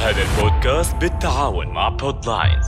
هذا البودكاست بالتعاون مع بودلاينز.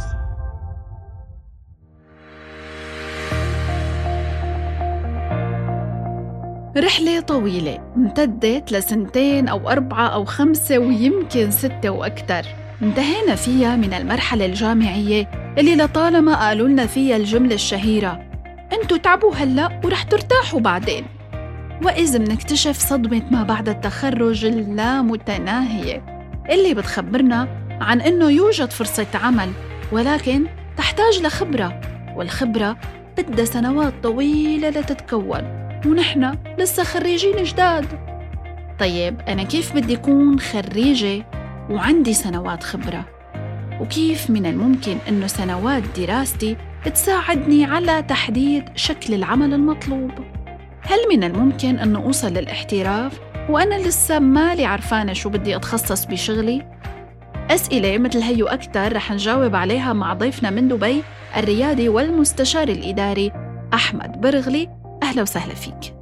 رحلة طويلة امتدت لسنتين أو 4 أو 5 ويمكن 6 وأكثر. انتهينا فيها من المرحلة الجامعية اللي لطالما قالوا لنا فيها الجملة الشهيرة: انتوا تعبوا هلأ ورح ترتاحوا بعدين. وإذ منكتشف صدمة ما بعد التخرج اللامتناهية اللي بتخبرنا عن إنه يوجد فرصة عمل، ولكن تحتاج لخبرة، والخبرة بدها سنوات طويلة لتتكون، ونحن لسه خريجين جداد. طيب أنا كيف بدي أكون خريجة وعندي سنوات خبرة؟ وكيف من الممكن إنه سنوات دراستي تساعدني على تحديد شكل العمل المطلوب؟ هل من الممكن أنه أوصل للاحتراف وأنا لسه مالي عرفانة شو بدي أتخصص بشغلي؟ أسئلة مثل هي وأكتر رح نجاوب عليها مع ضيفنا من دبي، الريادي والمستشار الإداري أحمد برغلي. أهلا وسهلا فيك.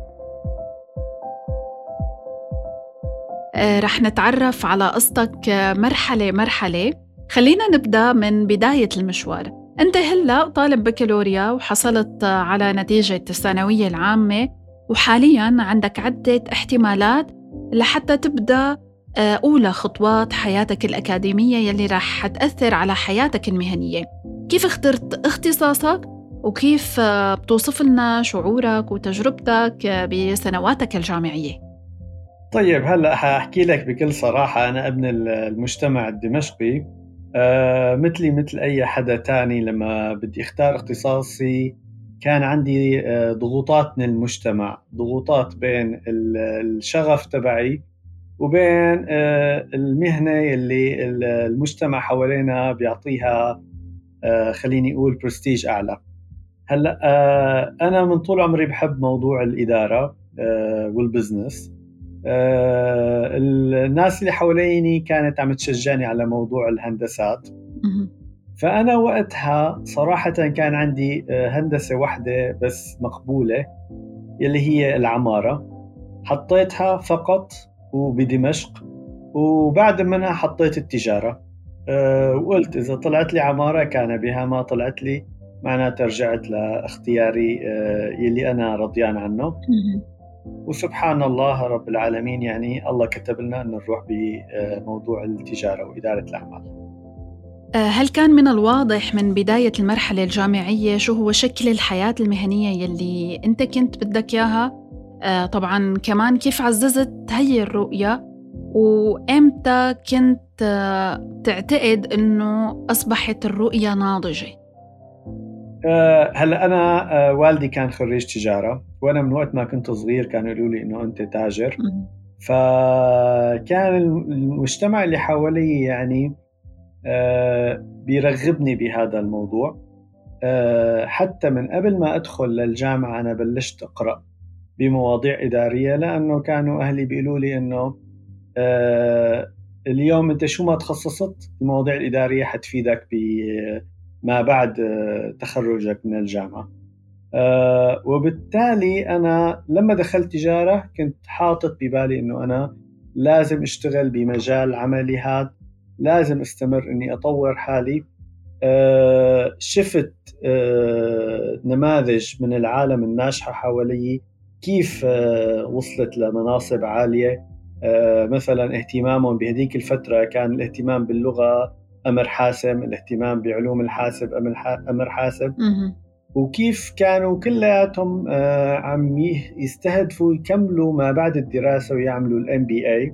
رح نتعرف على قصتك مرحلة مرحلة. خلينا نبدأ من بداية المشوار. أنت هلأ طالب بكالوريا وحصلت على نتيجة الثانوية العامة، وحالياً عندك عدة احتمالات لحتى تبدأ أولى خطوات حياتك الأكاديمية يلي رح تأثر على حياتك المهنية. كيف اخترت اختصاصك؟ وكيف بتوصف لنا شعورك وتجربتك بسنواتك الجامعية؟ طيب هلأ هحكي لك بكل صراحة. أنا ابن المجتمع الدمشقي، مثلي مثل أي حدا تاني. لما بدي اختار اختصاصي كان عندي ضغوطات من المجتمع، ضغوطات بين الشغف تبعي وبين المهنة اللي المجتمع حوالينا بيعطيها خليني أقول برستيج أعلى. هلأ أنا من طول عمري بحب موضوع الإدارة والبزنس. الناس اللي حواليني كانت عم تشجعني على موضوع الهندسات، فأنا وقتها صراحة كان عندي هندسة واحدة بس مقبولة يلي هي العمارة، حطيتها فقط وبدمشق، وبعد منها حطيت التجارة. وقلت إذا طلعت لي عمارة كان بها، ما طلعت لي معناتها رجعت لاختياري يلي أنا رضيان عنه. وسبحان الله رب العالمين، يعني الله كتب لنا أن نروح بموضوع التجارة وإدارة الأعمال. هل كان من الواضح من بداية المرحلة الجامعية شو هو شكل الحياة المهنية يلي أنت كنت بدك إياها؟ طبعاً كمان كيف عززت هي الرؤية، وإمتى كنت تعتقد أنه أصبحت الرؤية ناضجة؟ هلأ أنا والدي كان خريج تجارة، وأنا من وقت ما كنت صغير كانوا يقولوا لي إنه أنت تاجر. فكان المجتمع اللي حوالي يعني بيرغبني بهذا الموضوع. حتى من قبل ما أدخل للجامعة أنا بلشت أقرأ بمواضيع إدارية، لأنه كانوا أهلي بيقولوا لي إنه اليوم أنت شو ما تخصصت، المواضيع الإدارية حتفيدك ما بعد تخرجك من الجامعة. وبالتالي أنا لما دخلت تجارة كنت حاطط ببالي أنه أنا لازم أشتغل بمجال عملي هذا، لازم أستمر أني أطور حالي. شفت نماذج من العالم الناجحة حوالي كيف وصلت لمناصب عالية. مثلا اهتمامهم بهذيك الفترة كان الاهتمام باللغة أمر حاسم، الاهتمام بعلوم الحاسب أمر حاسم، وكيف كانوا كلياتهم عم يستهدفوا يكملوا ما بعد الدراسة ويعملوا الMBA.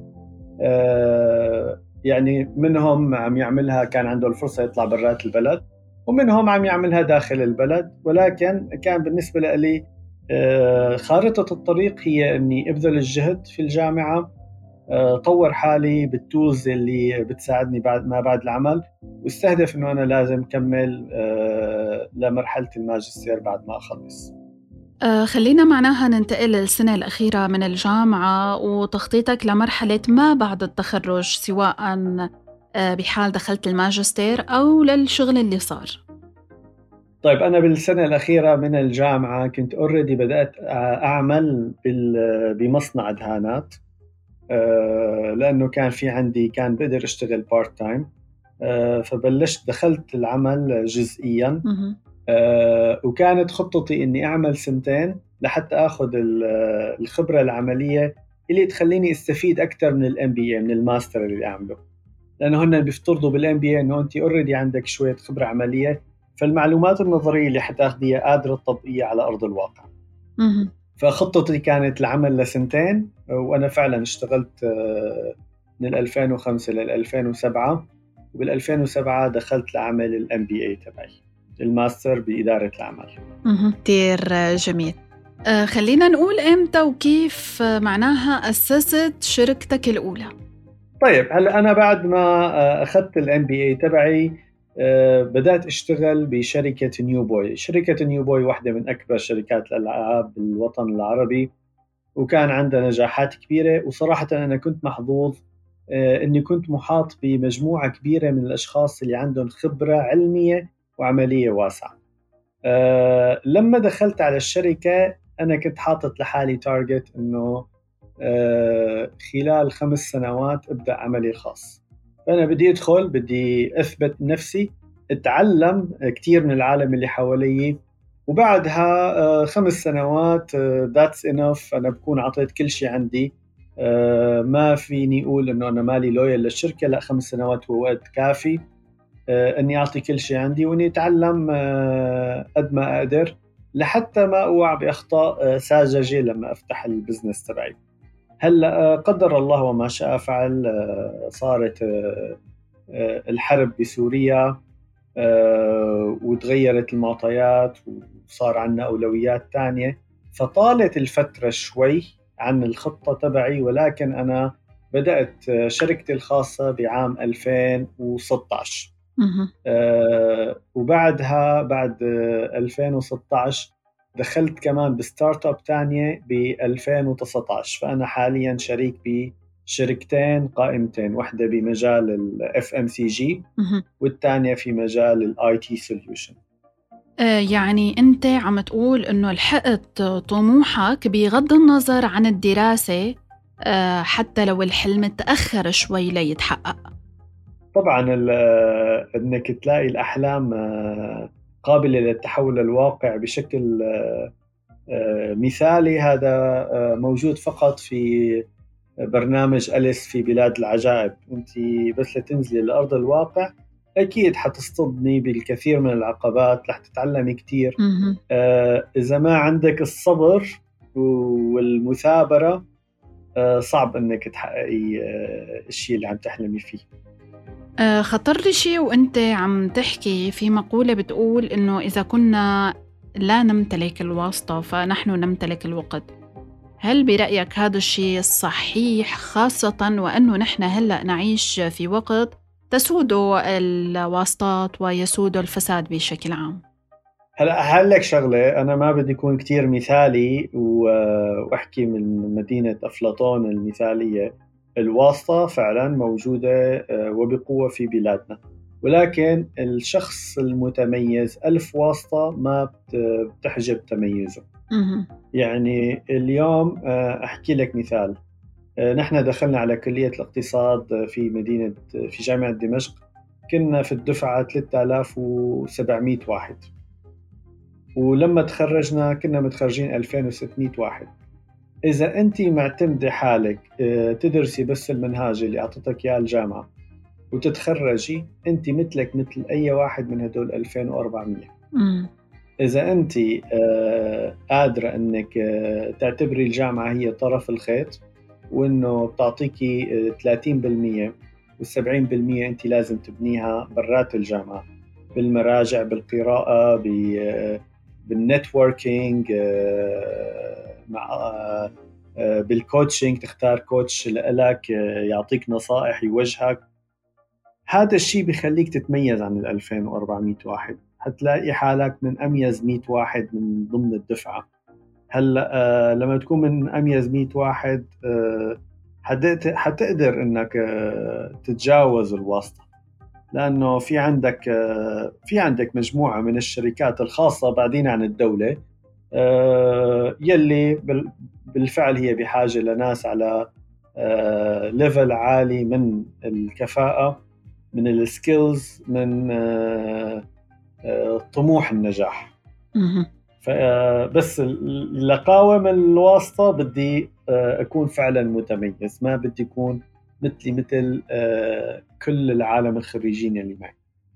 يعني منهم عم يعملها كان عنده الفرصة يطلع برات البلد، ومنهم عم يعملها داخل البلد. ولكن كان بالنسبة لي خارطة الطريق هي أني أبذل الجهد في الجامعة، طور حالي بالتولز اللي بتساعدني ما بعد العمل، واستهدف أنه أنا لازم كمل لمرحلة الماجستير بعد ما أخلص. خلينا معناها ننتقل للسنة الأخيرة من الجامعة وتخطيطك لمرحلة ما بعد التخرج، سواء بحال دخلت الماجستير أو للشغل اللي صار. طيب أنا بالسنة الأخيرة من الجامعة كنت أوريدي بدأت أعمل بمصنع دهانات. لأنه كان في عندي كان بقدر أشتغل بارت تايم. فبلشت دخلت العمل جزئيا. وكانت خطتي إني أعمل 2 لحتى أخذ الخبرة العملية اللي تخليني استفيد أكثر من الMBA من الماستر اللي أعمله، لأنه هن بيفترضوا بالMBA إنه أنت already عندك شوية خبرة عملية، فالمعلومات النظرية اللي حتاخديها قادرة تطبقيها على أرض الواقع. فخطتي كانت العمل ل2، وأنا فعلا اشتغلت من 2005 لل 2007، وبال 2007 دخلت لعمل الMBA تبعي، الماستر بإدارة الأعمال. كتير جميل. خلينا نقول إمتى وكيف معناها أسست شركتك الأولى؟ طيب هلأ أنا بعد ما أخذت الMBA تبعي بدأت أشتغل بشركة نيو بوي. شركة نيو بوي واحدة من أكبر شركات الألعاب بالوطن العربي، وكان عندها نجاحات كبيرة. وصراحة أنا كنت محظوظ أني كنت محاط بمجموعة كبيرة من الأشخاص اللي عندهم خبرة علمية وعملية واسعة. لما دخلت على الشركة أنا كنت حاطط لحالي تارجت أنه خلال 5 سنوات أبدأ عملي الخاص. فأنا بدي أدخل، بدي أثبت نفسي، أتعلم كتير من العالم اللي حوالي، وبعدها 5 سنوات that's enough. أنا بكون عطيت كل شيء عندي. ما فيني أقول أنه أنا مالي لويال للشركة، لا، 5 سنوات هو وقت كافي أني أعطي كل شيء عندي وأني أتعلم قد ما أقدر، لحتى ما أوقع بأخطاء ساذجة لما أفتح البزنس تبعي. هلأ قدر الله وما شاء فعل، صارت الحرب بسوريا وتغيرت المعطيات وصار عنا أولويات تانية، فطالت الفترة شوي عن الخطة تبعي. ولكن أنا بدأت شركتي الخاصة بعام 2016. وبعدها بعد 2016 دخلت كمان بستارت اب تانية ب 2019. فأنا حاليا شريك بشركتين قائمتين، واحدة بمجال ال FMCG والتانية في مجال ال IT Solution. يعني أنت عم تقول إنه لحقت طموحك بغض النظر عن الدراسة، حتى لو الحلم تأخر شوي ليتحقق. طبعا انك تلاقي الاحلام قابله للتحول للواقع بشكل مثالي، هذا موجود فقط في برنامج أليس في بلاد العجائب. انت بس لتنزلي لأرض الواقع اكيد حتصطدمي بالكثير من العقبات، رح تتعلمي كتير. اذا ما عندك الصبر والمثابره صعب انك تحققي الشيء اللي عم تحلمي فيه. خطر لي شيء وأنت عم تحكي في مقولة بتقول إنه إذا كنا لا نمتلك الواسطة فنحن نمتلك الوقت. هل برأيك هذا الشيء صحيح، خاصة وأنه نحن هلأ نعيش في وقت تسود الواسطات ويسود الفساد بشكل عام؟ هلأ لك شغلة، أنا ما بدي أكون كتير مثالي وأحكي من مدينة أفلاطون المثالية. الواسطة فعلا موجودة وبقوة في بلادنا، ولكن الشخص المتميز 1000 واسطة ما بتحجب تميزه. يعني اليوم أحكي لك مثال، نحن دخلنا على كلية الاقتصاد في جامعة دمشق، كنا في الدفعة 3700 واحد، ولما تخرجنا كنا متخرجين 2600 واحد. إذا أنت معتمدة حالك تدرسي بس المنهاج اللي أعطتك إياه الجامعة وتتخرجي، أنت مثلك مثل أي واحد من هدول 2400. إذا أنت قادرة أنك تعتبري الجامعة هي طرف الخيط، وأنه بتعطيكي 30% وال70% أنت لازم تبنيها برات الجامعة، بالمراجع، بالقراءة، بالنتوركينج، مع بالكوتشنج، تختار كوتش لك يعطيك نصائح، يوجهك. هذا الشيء بيخليك تتميز عن 2400 واحد، هتلاقي حالك من أميز 100 واحد من ضمن الدفعة. هلأ لما تكون من أميز 100 واحد حتقدر إنك تتجاوز الواسطة، لأنه في عندك مجموعة من الشركات الخاصة بعدين عن الدولة يلي بالفعل هي بحاجة لناس على ليفل عالي من الكفاءة، من السكيلز، من طموح النجاح. بس لقاوم الواسطة بدي أكون فعلا متميز، ما بدي أكون مثل كل العالم الخريجين اللي معي.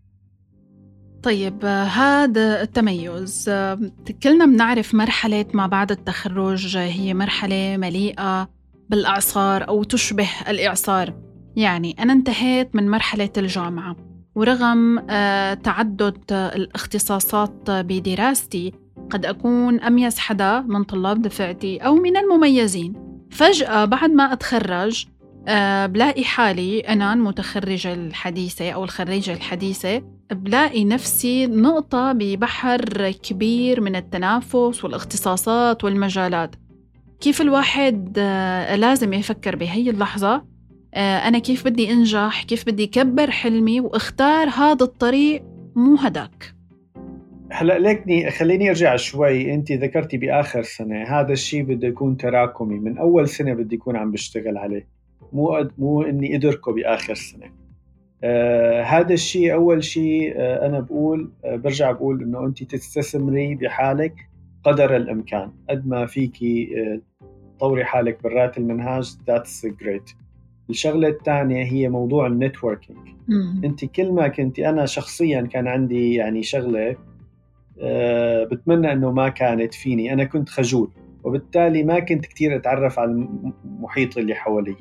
طيب هذا التميز كلنا بنعرف مرحلة ما بعد التخرج هي مرحلة مليئة بالإعصار أو تشبه الإعصار. يعني أنا انتهيت من مرحلة الجامعة، ورغم تعدد الاختصاصات بدراستي قد أكون أميز حدا من طلاب دفعتي أو من المميزين. فجأة بعد ما أتخرج بلاقي حالي أنا المتخرجة الحديثة أو الخريجة الحديثة، بلاقي نفسي نقطة ببحر كبير من التنافس والاختصاصات والمجالات. كيف الواحد لازم يفكر بهي اللحظة أنا كيف بدي أنجح، كيف بدي كبر حلمي واختار هذا الطريق مو هداك. هلأ ليكني خليني أرجع شوي. أنت ذكرتي بآخر سنة، هذا الشيء بده يكون تراكمي، من أول سنة بدي يكون عم بشتغل عليه، مو إني أدركه بآخر سنة. هذا الشيء أول شيء. أنا بقول برجع بقول إنه أنت تستثمري بحالك قدر الإمكان، قد ما فيكي طوري حالك برات المنهاج. that's great. الشغلة الثانية هي موضوع النتوركينج. أنت كل ما كنتي، أنا شخصيا كان عندي يعني شغلة بتمنى أنه ما كانت فيني. أنا كنت خجول، وبالتالي ما كنت كتير أتعرف على المحيط اللي حوالي.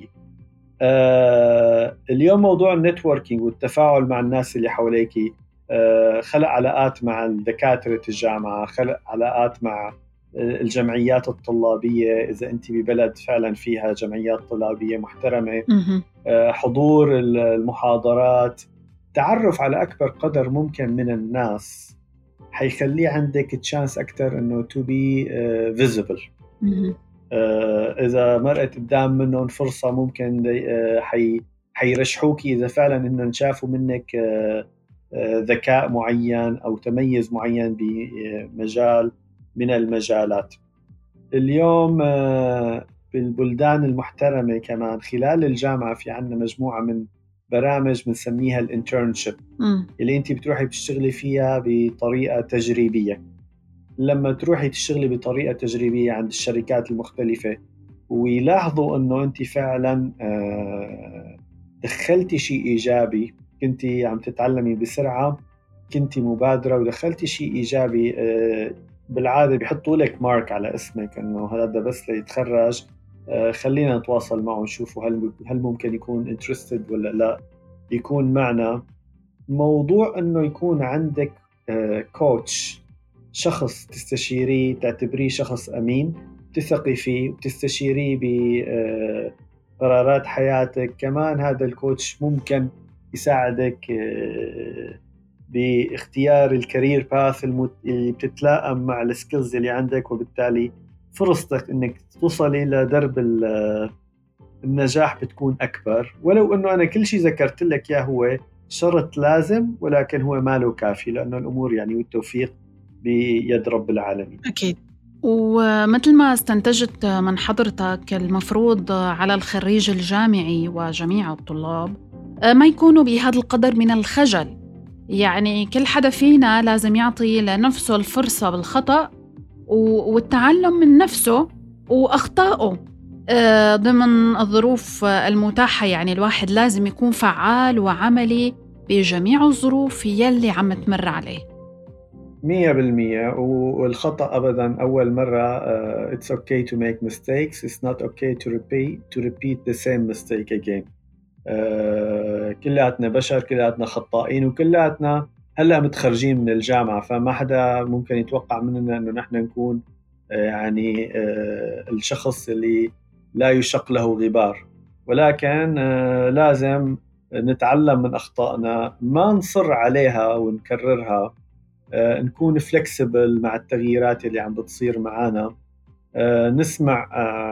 اليوم موضوع النتوركينج والتفاعل مع الناس اللي حواليك خلق علاقات مع دكاترة الجامعة، خلق علاقات مع الجمعيات الطلابية إذا أنت ببلد فعلا فيها جمعيات طلابية محترمة، حضور المحاضرات، تعرف على أكبر قدر ممكن من الناس حيخلي عندك تشانس أكتر إنه to be visible. إذا مرقت قدام منهم فرصة ممكن حيرشحوكي إذا فعلا إنه شافوا منك ذكاء معين أو تميز معين بمجال من المجالات. اليوم بالبلدان المحترمة كمان خلال الجامعة في عنا مجموعة من برامج بنسميها الانترنشيب، اللي انت بتروحي بتشتغلي فيها بطريقة تجريبية. لما تروحي تشتغلي بطريقة تجريبية عند الشركات المختلفة ويلاحظوا انه انت فعلا دخلتي شيء ايجابي، كنتي عم تتعلمي بسرعة، كنتي مبادرة ودخلتي شيء ايجابي، بالعادة بيحطوا لك مارك على اسمك انه هذا بس ليتخرج، خلينا نتواصل معه نشوفه هل ممكن يكون interested ولا لا يكون معنا. موضوع انه يكون عندك كوتش، شخص تستشيريه تعتبريه شخص امين تثقي فيه وتستشيريه بقرارات حياتك. كمان هذا الكوتش ممكن يساعدك باختيار الكارير باث اللي بتتلائم مع السكيلز اللي عندك، وبالتالي فرصتك انك توصلي لدرب النجاح بتكون اكبر. ولو انه انا كل شيء ذكرت لك اياه هو شرط لازم، ولكن هو ما له كافي، لانه الامور يعني والتوفيق بيد رب العالمين. اكيد. ومثل ما استنتجت من حضرتك، المفروض على الخريج الجامعي وجميع الطلاب ما يكونوا بهذا القدر من الخجل. يعني كل حدا فينا لازم يعطي لنفسه الفرصة بالخطأ والتعلم من نفسه وأخطائه ضمن الظروف المتاحة. يعني الواحد لازم يكون فعال وعملي بجميع الظروف يلي عم تمر عليه 100%. والخطأ أبداً أول مرة it's okay to make mistakes, it's not okay to repeat the same mistake again. كلاتنا بشر، كلاتنا خطائين، وكلاتنا هلأ متخرجين من الجامعة، فما حدا ممكن يتوقع مننا أنه نحن نكون يعني الشخص اللي لا يشق له غبار. ولكن لازم نتعلم من أخطائنا، ما نصر عليها ونكررها، نكون فلكسبل مع التغييرات اللي عم بتصير معنا، نسمع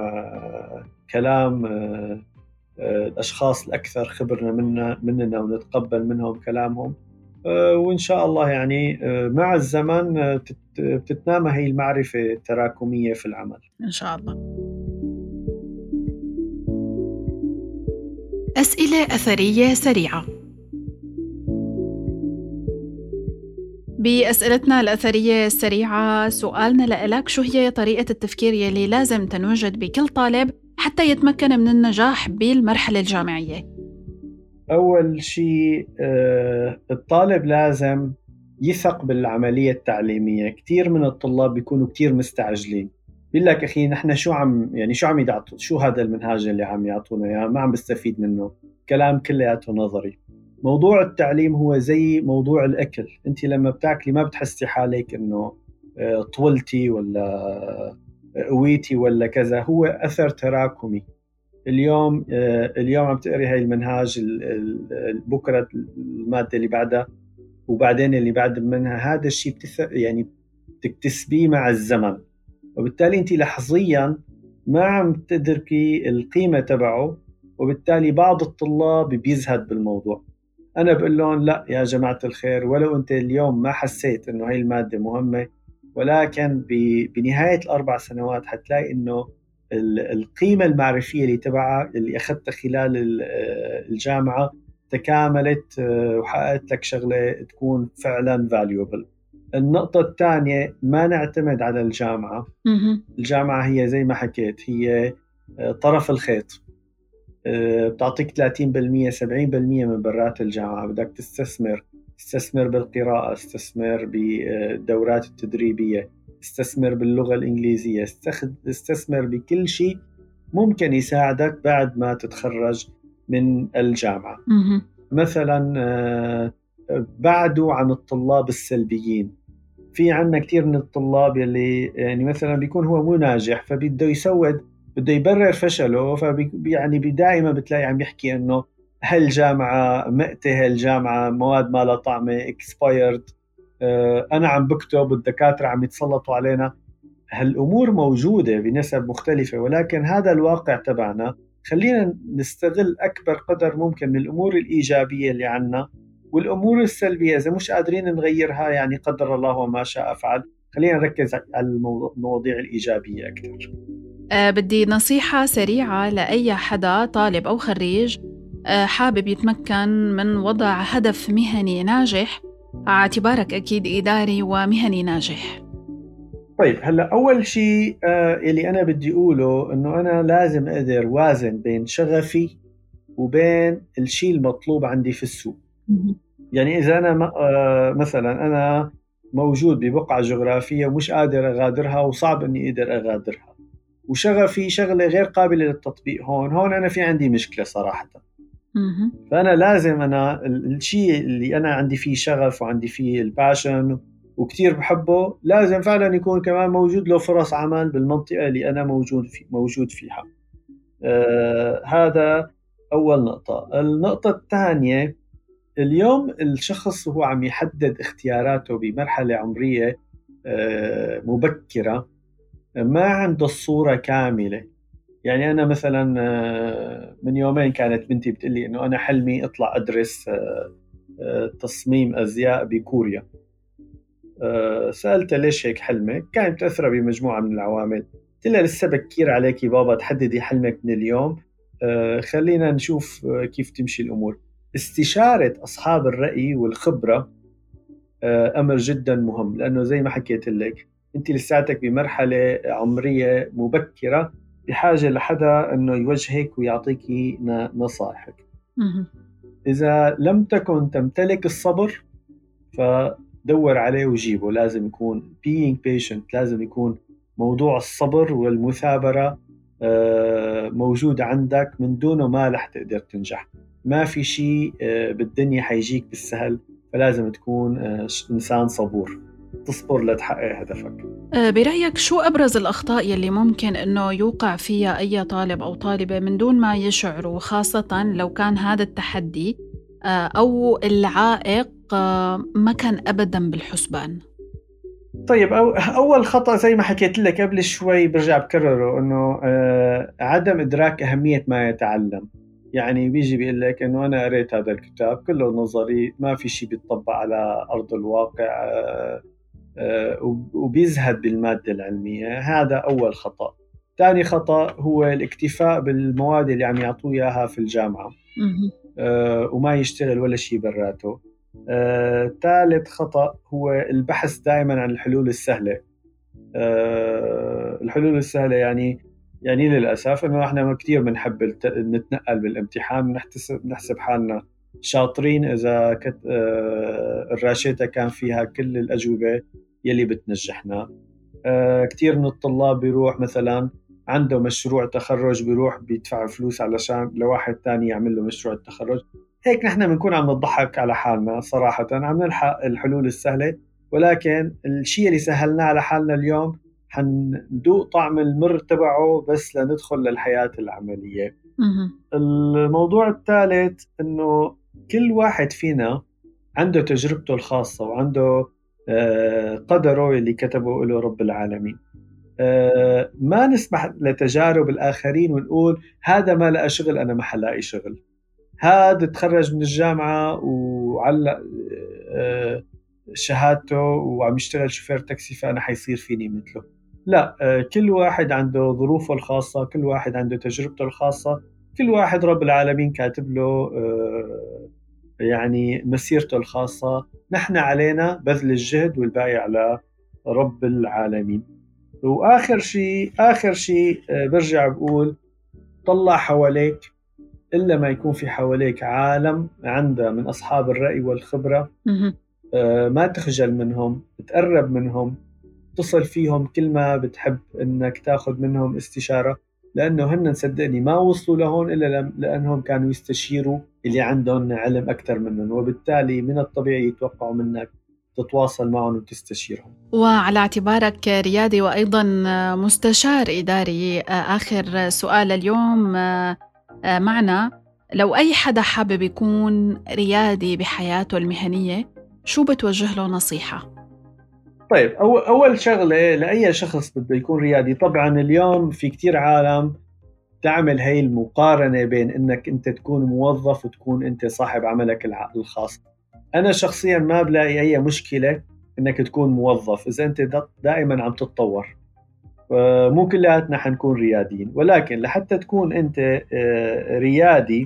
كلام الأشخاص الأكثر خبرنا مننا ونتقبل منهم كلامهم، وإن شاء الله يعني مع الزمن بتتنامى هي المعرفة التراكمية في العمل إن شاء الله. أسئلة أثرية سريعة. بأسئلتنا الأثرية السريعة سؤالنا لإلك: شو هي طريقة التفكير يلي لازم تنوجد بكل طالب حتى يتمكن من النجاح بالمرحلة الجامعية؟ أول شيء الطالب لازم يثق بالعملية التعليمية. كتير من الطلاب بيكونوا كتير مستعجلين، بيقول لك أخي نحن شو عم يعطوا، شو هذا المنهاج اللي عم يعطونا إياه، ما عم بستفيد منه، كلام كلياته نظري. موضوع التعليم هو زي موضوع الأكل، أنت لما بتاكلي ما بتحسي حالك إنه طولتي ولا قويتي ولا كذا، هو أثر تراكمي. اليوم عم تقري هاي المنهاج، بكره الماده اللي بعدها، وبعدين اللي بعد منها. هذا الشيء يعني بتكتسبيه مع الزمن، وبالتالي انت لحظيا ما عم تدركي القيمه تبعه، وبالتالي بعض الطلاب بيزهد بالموضوع. انا بقول لهم لا يا جماعه الخير، ولو انت اليوم ما حسيت انه هاي الماده مهمه، ولكن بنهايه الاربع سنوات حتلاقي انه القيمة المعرفية اللي أخذتها خلال الجامعة تكاملت، وحققت لك شغلة تكون فعلا valuable. النقطة الثانية، ما نعتمد على الجامعة. الجامعة هي زي ما حكيت، هي طرف الخيط، بتعطيك 30% 70% من برات الجامعة. بدك استثمر بالقراءة، استثمر بالدورات التدريبية، استثمر باللغة الإنجليزية، استثمر بكل شيء ممكن يساعدك بعد ما تتخرج من الجامعة. مثلا بعدوا عن الطلاب السلبيين. في عنا كتير من الطلاب يلي يعني مثلا بيكون هو مو ناجح، فبده بده يبرر فشله، يعني دائما بتلاقي عم يحكي انه هالجامعة مئتة، هالجامعة مواد ما لها طعمة، expired، أنا عم بكتب والدكاترة عم يتسلطوا علينا. هالأمور موجودة بنسب مختلفة، ولكن هذا الواقع تبعنا. خلينا نستغل أكبر قدر ممكن من الأمور الإيجابية اللي عنا، والأمور السلبية إذا مش قادرين نغيرها يعني قدر الله وما شاء فعل، خلينا نركز على المواضيع الإيجابية أكثر. بدي نصيحة سريعة لأي حدا طالب أو خريج حابب يتمكن من وضع هدف مهني ناجح، اعتبارك أكيد إداري ومهني ناجح. طيب هلا أول شيء اللي أنا بدي أقوله إنه أنا لازم أقدر وازن بين شغفي وبين الشيء المطلوب عندي في السوق. يعني إذا أنا مثلا أنا موجود ببقعة جغرافية ومش قادر أغادرها، وصعب إني أقدر أغادرها، وشغفي شغلة غير قابلة للتطبيق، هون أنا في عندي مشكلة صراحة. فأنا لازم الشيء اللي أنا عندي فيه شغف وعندي فيه الباشن وكتير بحبه، لازم فعلا يكون كمان موجود له فرص عمل بالمنطقة اللي أنا موجود فيها. هذا أول نقطة. النقطة الثانية، اليوم الشخص هو عم يحدد اختياراته بمرحلة عمرية مبكرة، ما عنده الصورة كاملة. يعني أنا مثلا من يومين كانت بنتي بتقلي إنه أنا حلمي أطلع أدرس تصميم أزياء بكوريا. سألتها ليش هيك حلمك؟ كانت متأثرة بمجموعة من العوامل. قلت لها لسه بكير عليكي بابا تحددي حلمك من اليوم، خلينا نشوف كيف تمشي الأمور. استشارة أصحاب الرأي والخبرة أمر جدا مهم، لأنه زي ما حكيت لك أنت لساتك بمرحلة عمرية مبكرة، بحاجة لحدا أنه يوجهك ويعطيك نصائحك. إذا لم تكن تمتلك الصبر فدور عليه وجيبه. لازم يكون being patient، لازم يكون موضوع الصبر والمثابرة موجود عندك، من دونه ما رح تقدر تنجح. ما في شيء بالدنيا حيجيك بالسهل، فلازم تكون إنسان صبور، تصبر لتحقق هدفك. برأيك شو أبرز الأخطاء يلي ممكن أنه يوقع فيها أي طالب أو طالبة من دون ما يشعروا، خاصة لو كان هذا التحدي أو العائق ما كان أبدا بالحسبان؟ طيب أول خطأ زي ما حكيت لك قبل شوي برجع بكرره، أنه عدم إدراك أهمية ما يتعلم. يعني بيجي بيقول لك أنه أنا قريت هذا الكتاب كله نظري، ما في شيء بيتطبق على أرض الواقع، وبيزهد بالمادة العلمية. هذا أول خطأ. ثاني خطأ هو الاكتفاء بالمواد اللي عم يعطوه إياها في الجامعة وما يشتغل ولا شيء براته. ثالث خطأ هو البحث دائما عن الحلول السهلة. الحلول السهلة يعني للأسف إنه إحنا كتير بنحب نتنقل بالامتحان، نحسب حالنا شاطرين إذا الراشتة كان فيها كل الأجوبة يلي بتنجحنا. كتير من الطلاب بيروح مثلا عنده مشروع تخرج، بيروح بيدفع فلوس علشان لواحد تاني يعمل له مشروع التخرج. هيك نحن بنكون عم نضحك على حالنا صراحة، عم نلحق الحلول السهلة، ولكن الشيء اللي سهلناه على حالنا اليوم حندوق طعم المر تبعه بس لندخل للحياة العملية. الموضوع الثالث إنه كل واحد فينا عنده تجربته الخاصة وعنده قدره اللي كتبه له رب العالمين. ما نسمح لتجارب الآخرين ونقول هذا ما لقى شغل أنا ما حلاقي شغل، هذا تخرج من الجامعة وعلق شهادته وعم يشتغل شوفير تاكسي فأنا حيصير فيني مثله. لا، كل واحد عنده ظروفه الخاصة، كل واحد عنده تجربته الخاصة، كل واحد رب العالمين كاتب له يعني مسيرته الخاصة. نحن علينا بذل الجهد والباقي على رب العالمين. وآخر شيء برجع بقول طلع حواليك، إلا ما يكون في حواليك عالم عنده من أصحاب الرأي والخبرة. ما تخجل منهم، تقرب منهم، تصل فيهم كل ما بتحب إنك تاخد منهم استشارة، لأنه هن صدقني ما وصلوا لهون إلا لأنهم كانوا يستشيروا اللي عندهم علم أكثر منهم، وبالتالي من الطبيعي يتوقعوا منك تتواصل معهم وتستشيرهم. وعلى اعتبارك ريادي وأيضا مستشار إداري، آخر سؤال اليوم معنا، لو أي حدا حابب يكون ريادي بحياته المهنية شو بتوجه له نصيحة؟ طيب، أول شغلة لأي شخص بده يكون ريادي، طبعا اليوم في كتير عالم تعمل هاي المقارنة بين إنك أنت تكون موظف وتكون أنت صاحب عملك الخاص. أنا شخصيا ما بلاقي أي مشكلة إنك تكون موظف إذا أنت دائما عم تتطور. مو كلياتنا حنكون رياديين، ولكن لحتى تكون أنت ريادي،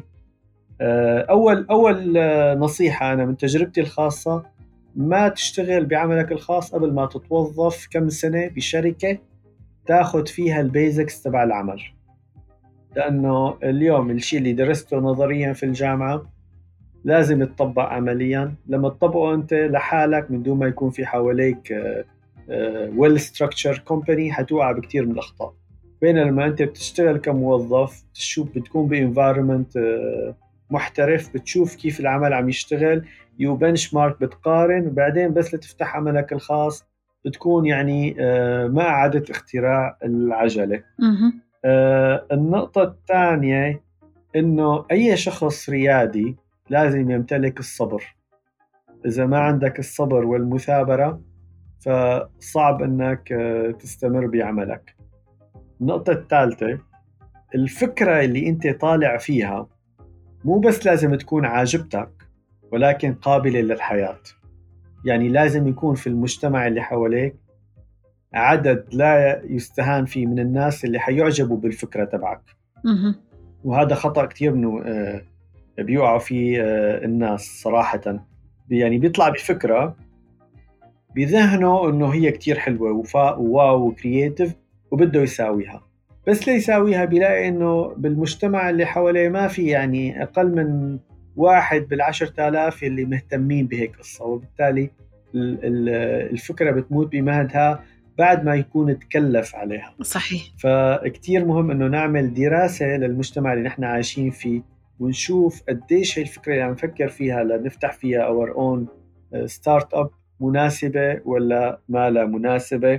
أول نصيحة أنا من تجربتي الخاصة، ما تشتغل بعملك الخاص قبل ما تتوظف كم سنة بشركة تاخد فيها البيزكس تبع العمل، لأنه اليوم الشيء اللي درسته نظريا في الجامعة لازم يتطبق عمليا. لما تطبقه أنت لحالك من دون ما يكون في حواليك well structured company حتوقع بكتير من الأخطاء. بينما لما أنت بتشتغل كموظف تشوف، بتكون بإنفايرمنت محترف، بتشوف كيف العمل عم يشتغل، يو بنش مارك، بتقارن، وبعدين بس لتفتح عملك الخاص بتكون يعني ما عادت اختراع العجلة. النقطة الثانية إنه أي شخص ريادي لازم يمتلك الصبر. إذا ما عندك الصبر والمثابرة فصعب إنك تستمر بعملك. النقطة الثالثة، الفكرة اللي أنت طالع فيها مو بس لازم تكون عاجبتك، ولكن قابلة للحياة. يعني لازم يكون في المجتمع اللي حواليك عدد لا يستهان فيه من الناس اللي حيعجبوا بالفكرة تبعك. وهذا خطأ كتير إنه بيوقعوا فيه الناس صراحة. يعني بيطلع بفكرة بذهنه إنه هي كتير حلوة وواو وكرياتيف وبده يساويها، بس ليساويها بيلاقي إنه بالمجتمع اللي حواليه ما في يعني أقل من 1 بال10,000 اللي مهتمين بهيك قصة، وبالتالي الفكرة بتموت بمهدها بعد ما يكون تكلف عليها. صحيح. فكتير مهم إنه نعمل دراسة للمجتمع اللي نحن عايشين فيه، ونشوف قديش هي الفكرة اللي عم نفكر فيها لنفتح فيها our own start up مناسبة ولا ما لا مناسبة.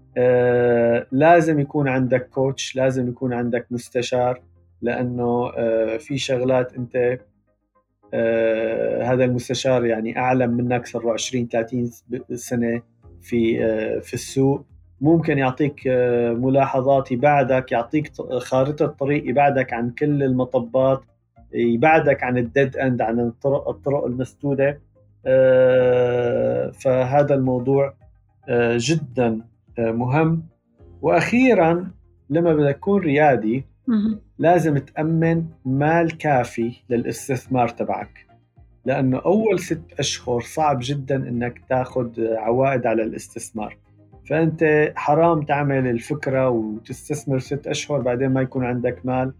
لازم يكون عندك كوتش، لازم يكون عندك مستشار، لأنه في شغلات أنت هذا المستشار يعني أعلم منك، صار له 20-30 سنة في السوق، ممكن يعطيك ملاحظات، يبعدك، يعطيك خارطة طريق، يبعدك عن كل المطبات، يبعدك عن الديد اند، عن الطرق المسدودة. فهذا الموضوع جدا مهم. وأخيرا لما بدك تكون ريادي لازم تأمن مال كافي للاستثمار تبعك، لأنه أول 6 أشهر صعب جدا إنك تاخد عوائد على الاستثمار. فأنت حرام تعمل الفكرة وتستثمر 6 أشهر بعدين ما يكون عندك مال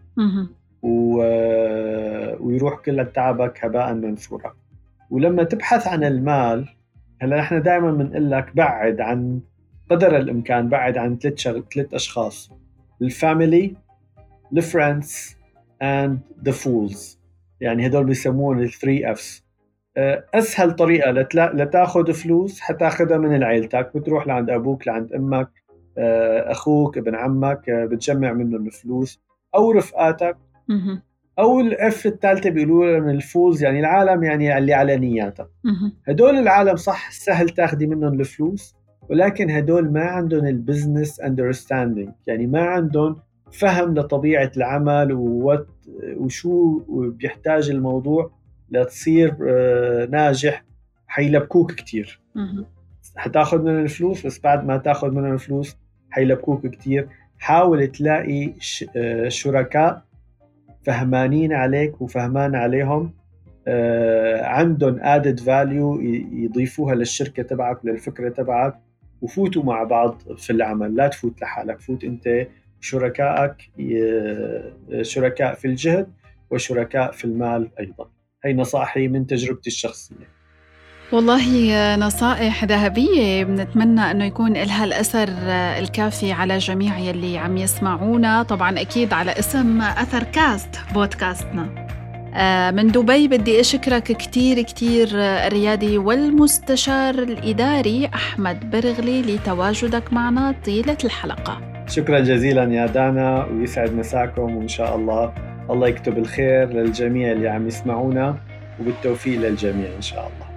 ويروح كل تعبك هباء منثورا. ولما تبحث عن المال، هلا نحن دائما بنقول لك بعد عن قدر الإمكان، بعد عن 3 أشخاص: الفاميلي، الفريندز and the fools. يعني هدول بيسمون 3Fs. أسهل طريقة لتاخد فلوس حتاخدها من عائلتك، بتروح لعند أبوك، لعند أمك، أخوك، ابن عمك، بتجمع منه الفلوس، أو رفقاتك. أو الإف الثالثة بيقولوا من الفولز، يعني العالم يعني اللي على نياتك. هدول العالم صح سهل تاخدي منهم الفلوس، ولكن هدول ما عندهم البزنس understanding، يعني ما عندهم فهم لطبيعة العمل وشو بيحتاج الموضوع لتصير ناجح. حيلبكوك كتير. حتاخد من الفلوس، بس بعد ما تاخد من الفلوس حيلبكوك كتير. حاول تلاقي شركاء فهمانين عليك وفهمان عليهم، عندهم added value يضيفوها للشركة تبعك وللفكرة تبعك، وفوتوا مع بعض في العمل. لا تفوت لحالك، فوت انت شركائك، شركاء في الجهد وشركاء في المال أيضا. هي نصائحي من تجربتي الشخصية. والله نصائح ذهبية، بنتمنى أنه يكون لها الأثر الكافي على جميع يلي عم يسمعونا. طبعا أكيد على اسم أثر كاست بودكاستنا. من دبي بدي أشكرك كتير كتير الريادي والمستشار الإداري أحمد برغلي لتواجدك معنا طيلة الحلقة. شكرا جزيلا يا دانا، ويسعد مساكم، وإن شاء الله يكتب الخير للجميع اللي عم يسمعونا، وبالتوفيق للجميع إن شاء الله.